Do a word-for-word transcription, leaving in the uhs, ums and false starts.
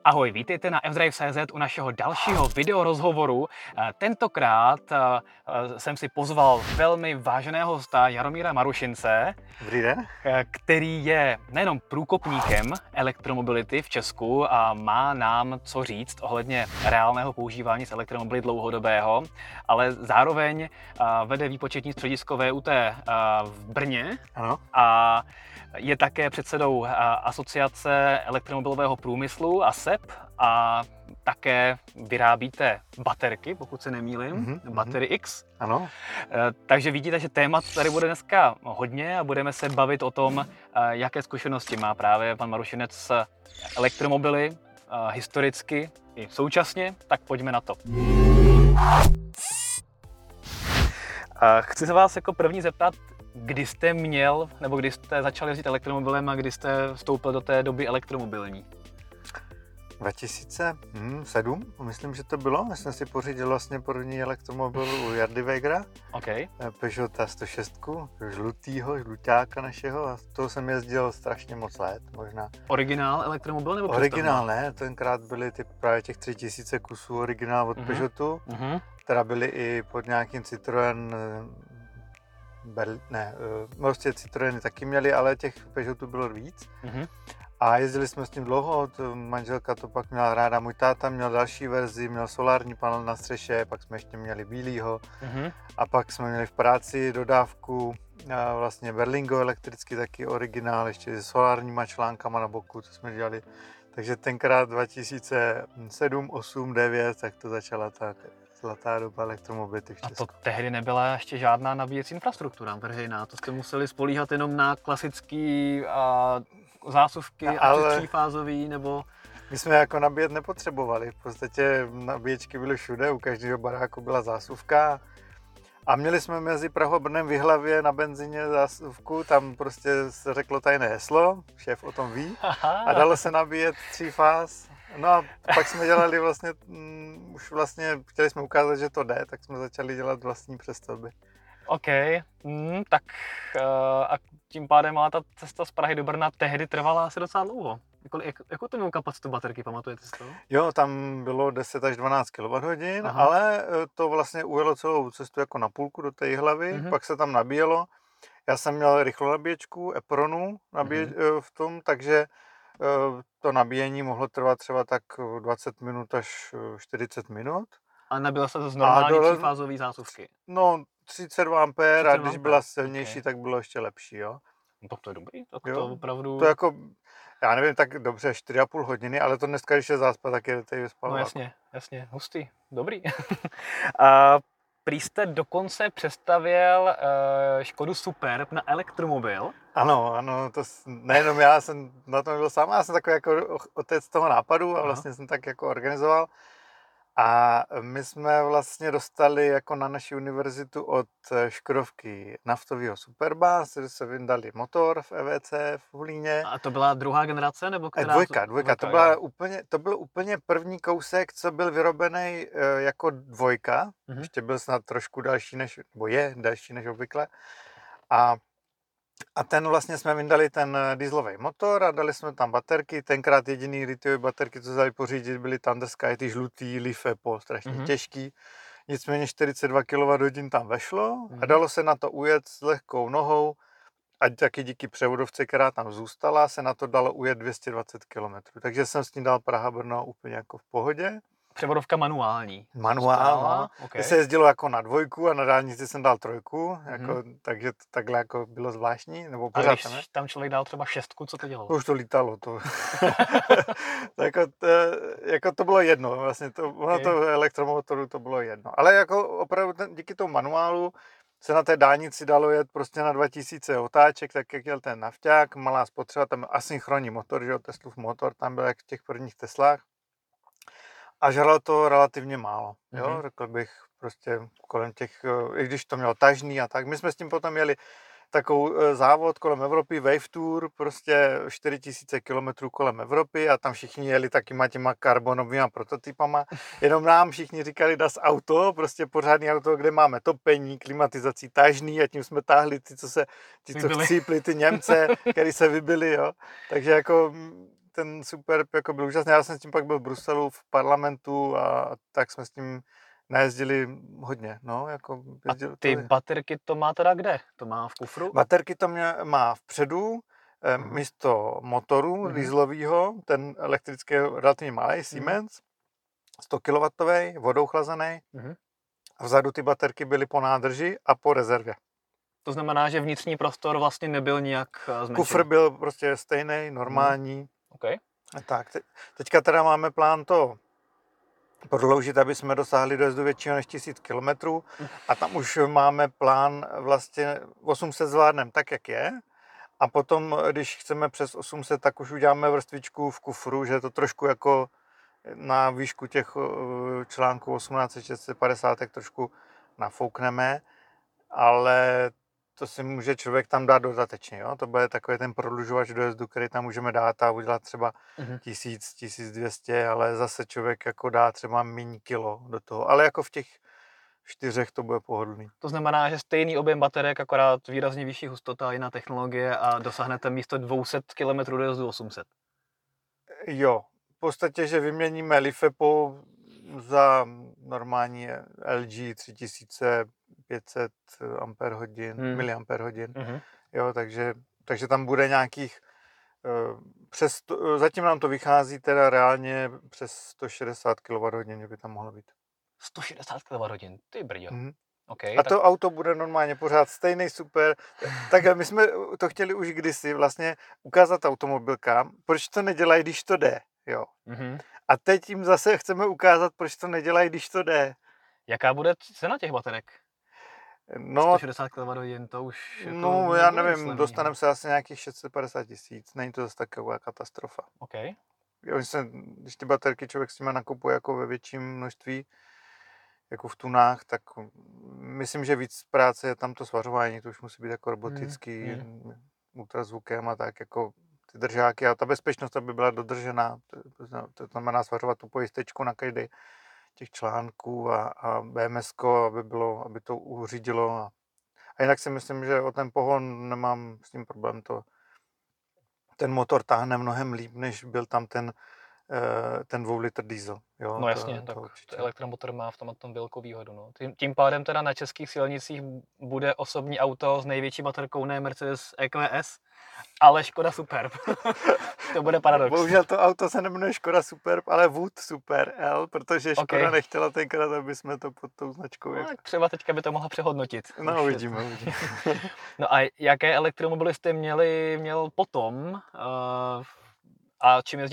Ahoj, vítejte na F Drive tečka cé zet u našeho dalšího videorozhovoru. Tentokrát jsem si pozval velmi váženého hosta Jaromíra Marušince, Dobrý den. Který je nejenom průkopníkem elektromobility v Česku a má nám co říct ohledně reálného používání z elektromobily dlouhodobého, ale zároveň vede výpočetní středisko V U T v Brně. Ano. A je také předsedou Asociace elektromobilového průmyslu A S E P a také vyrábíte baterky, pokud se nemýlím, mm-hmm. Battery X. Ano. Takže vidíte, že témat tady bude dneska hodně a budeme se bavit o tom, jaké zkušenosti má právě pan Marušinec s elektromobily historicky i současně, tak pojďme na to. Chci se vás jako první zeptat, kdy jste měl, nebo kdy jste začal jezdit elektromobilem a kdy jste vstoupil do té doby elektromobilní? dva tisíce sedm, myslím, že to bylo. Já jsem si pořídil vlastně první elektromobil u Jardy Wegera. Okay. Peugeot sto šest, žlutýho, žluťáka našeho, a toho jsem jezdil strašně moc let, možná. Originál elektromobil nebo Originál ne, tenkrát byly ty právě těch tři tisíce kusů originál od uh-huh. Peugeotu, uh-huh. která byly i pod nějakým Citroën, Berl... ne, prostě Citroëny taky měli, ale těch Peugeotů bylo víc. Uh-huh. A jezdili jsme s tím dlouho, manželka to pak měla ráda, můj táta měl další verzi, měl solární panel na střeše, pak jsme ještě měli bílýho uh-huh. a pak jsme měli v práci dodávku vlastně Berlingo elektrický, taky originál, ještě s solárníma článkama na boku, co jsme dělali. Takže tenkrát dva tisíce sedm, osm, devět, tak to začala ta zlatá doba elektromobility v Česku. A to tehdy nebyla ještě žádná nabíjecí infrastruktura veřejná, to jste museli spolíhat jenom na klasický a zásuvky, no, ať už třífázový, nebo... My jsme jako nabíjet nepotřebovali, v podstatě nabíječky byly všude, u každého baráku byla zásuvka a měli jsme mezi Prahou a Brnem v Jihlavě na benzině zásuvku, tam prostě se řeklo tajné heslo, šéf o tom ví, a dalo se nabíjet třífáz. No a pak jsme dělali vlastně, um, už vlastně chtěli jsme ukázat, že to jde, tak jsme začali dělat vlastní přestavby. OK, mm, tak uh, a tím pádem ale ta cesta z Prahy do Brna tehdy trvala asi docela dlouho. Jako, jak, jakou to mělo kapacitu baterky, pamatujete si to? Jo, tam bylo deset až dvanáct kilowatthodin, ale to vlastně ujelo celou cestu jako na půlku do té hlavy, mm-hmm. pak se tam nabíjelo. Já jsem měl rychlou nabíječku, Epronu nabíje, mm-hmm. v tom, takže to nabíjení mohlo trvat třeba tak dvacet minut až čtyřicet minut. A nabíjel se to z normální dole... třífázové zásuvky? No, třicet dva ampér a když byla silnější, okay. tak bylo ještě lepší, jo. No, tak to je dobrý, tak jo, to opravdu... To jako, já nevím, tak dobře, čtyři a půl hodiny, ale to dneska, když je záspa, tak je tady vyspal. No jasně, jasně, hustý, dobrý. A prý jste dokonce přestavěl uh, Škodu Superb na elektromobil. Ano, ano, to nejenom já jsem na tom byl sám, já jsem takový jako otec toho nápadu a vlastně Aha. jsem tak jako organizoval. A my jsme vlastně dostali jako na naši univerzitu od Škodovky naftového Superba, kde se vyndali motor v E V C v Hulíně. A to byla druhá generace, nebo která? Dvojka, dvojka, to, byla úplně, to byl úplně první kousek, co byl vyrobený jako dvojka, mm-hmm. ještě byl snad trošku další než, nebo je další než obvykle. A A ten vlastně jsme vyndali ten dieselový motor a dali jsme tam baterky. Tenkrát jediný litiové baterky, co se dali pořídit, byly Thunder Sky, ty žlutý, Leaf Epo, strašně mm-hmm. těžký. Nicméně čtyřicet dva kilowatthodin tam vešlo mm-hmm. a dalo se na to ujet s lehkou nohou a taky díky převodovce, která tam zůstala, se na to dalo ujet dvě stě dvacet kilometrů. Takže jsem s tím dal Praha-Brno úplně jako v pohodě. Převodovka manuální. Manuál, no. Okay. Se jezdilo jako na dvojku a na dálnici jsem dal trojku, jako, mm-hmm. takže to takhle jako bylo zvláštní. Nebo a když ne? Tam člověk dal třeba šestku, co to dělalo? To už to lítalo. To, to, jako, to, jako to bylo jedno, vlastně to, okay. ono to elektromotoru to bylo jedno. Ale jako opravdu ten, díky tomu manuálu se na té dálnici dalo jet prostě na dva tisíce otáček, tak jak jel ten nafťák, malá spotřeba, tam asynchronní motor, že jo, Teslův motor, tam byl jak v těch prvních Teslách. A žralo to relativně málo, jo, mm-hmm. řekl bych prostě kolem těch, i když to mělo tažný a tak. My jsme s tím potom měli takovou závod kolem Evropy, Wave Tour, prostě čtyři tisíce kilometrů kolem Evropy a tam všichni jeli takýma těma karbonovými prototypama. Jenom nám všichni říkali das auto, prostě pořádný auto, kde máme topení, klimatizací, tažný a tím jsme táhli ty, co se, ti, co chcípli, ty Němce, který se vybili, jo. Takže jako ten Superb jako byl úžasný. Já jsem s tím pak byl v Bruselu v parlamentu a tak jsme s tím najezdili hodně. No, jako A jezdil, ty to je. baterky to má teda kde? To má v kufru? Baterky to mě, má vpředu, eh, Mhm. místo motoru Mhm. dieselového, ten elektrický je relativně malý, Siemens, sto kilowattů, vodou chlazený. Mhm. A vzadu ty baterky byly po nádrži a po rezervě. To znamená, že vnitřní prostor vlastně nebyl nijak eh, zmenšený. Kufr byl prostě stejný, normální. OK. A tak, te, teďka teda máme plán to prodloužit, aby jsme dosáhli dojezdu většího než tisíc kilometrů a tam už máme plán vlastně osm set zvládnem tak, jak je. A potom, když chceme přes osm set, tak už uděláme vrstvičku v kufru, že je to trošku jako na výšku těch eh, článků osmnáct šest set padesát, tak trošku nafoukneme, ale to si může člověk tam dát dodatečně. Jo? To bude takový ten prodlužovač dojezdu, který tam můžeme dát a udělat třeba Mhm. tisíc, tisíc dvě stě, ale zase člověk jako dá třeba méně kilo do toho. Ale jako v těch čtyřech to bude pohodlný. To znamená, že stejný objem baterek, akorát výrazně vyšší hustota, jiná technologie a dosáhnete místo dvě stě kilometrů dojezdu osm set. Jo, v podstatě, že vyměníme LiFePO za normální L G tři tisíce pět set ampérhodin, Hmm. miliampérhodin. Mhm. Jo, takže, takže tam bude nějakých uh, přes to, zatím nám to vychází teda reálně přes sto šedesát kilowatthodin, že by tam mohlo být. sto šedesát kilowatthodin, ty brďo. Mhm. Okay, A tak... to auto bude normálně pořád stejný super. Tak my jsme to chtěli už kdysi vlastně ukázat automobilkám, proč to nedělají, když to jde. Jo. Mhm. A teď jim zase chceme ukázat, proč to nedělají, když to jde. Jaká bude cena těch baterek? No, sto šedesát kilowatthodin, to už jako no já nebude nevím, slevný, dostaneme se asi nějakých šest set padesát tisíc. Není to zase taková katastrofa. OK. Jo, se, když ty baterky člověk s nimi nakupuje jako ve větším množství, jako v tunách, tak myslím, že víc práce je tam to svařování, to už musí být jako robotický, Hmm. ultrazvukem a tak, jako ty držáky a ta bezpečnost, aby byla dodržená, to, to znamená svařovat tu pojistečku na každý těch článků a, a B M S ko, aby, bylo, aby to uřídilo. A, a jinak si myslím, že o ten pohon nemám s tím problém. To, ten motor táhne mnohem líp, než byl tam ten, ten dvou litr diesel. Jo, No jasně, to, tak to elektromotor má v tom, tom velkou výhodu. No. Tím, tím pádem teda na českých silnicích bude osobní auto s největší baterkou, ne Mercedes E Q S, ale Škoda Superb. To bude paradox. Bohužel to auto se nemenuje Škoda Superb, ale Wood Super L, protože Škoda Okay. nechtěla tenkrát, aby jsme to pod tou značkou. No, jak... tak třeba teďka by to mohla přehodnotit. No uvidíme, uvidíme. No a jaké elektromobily jste měli, měl potom uh, a čím jezdí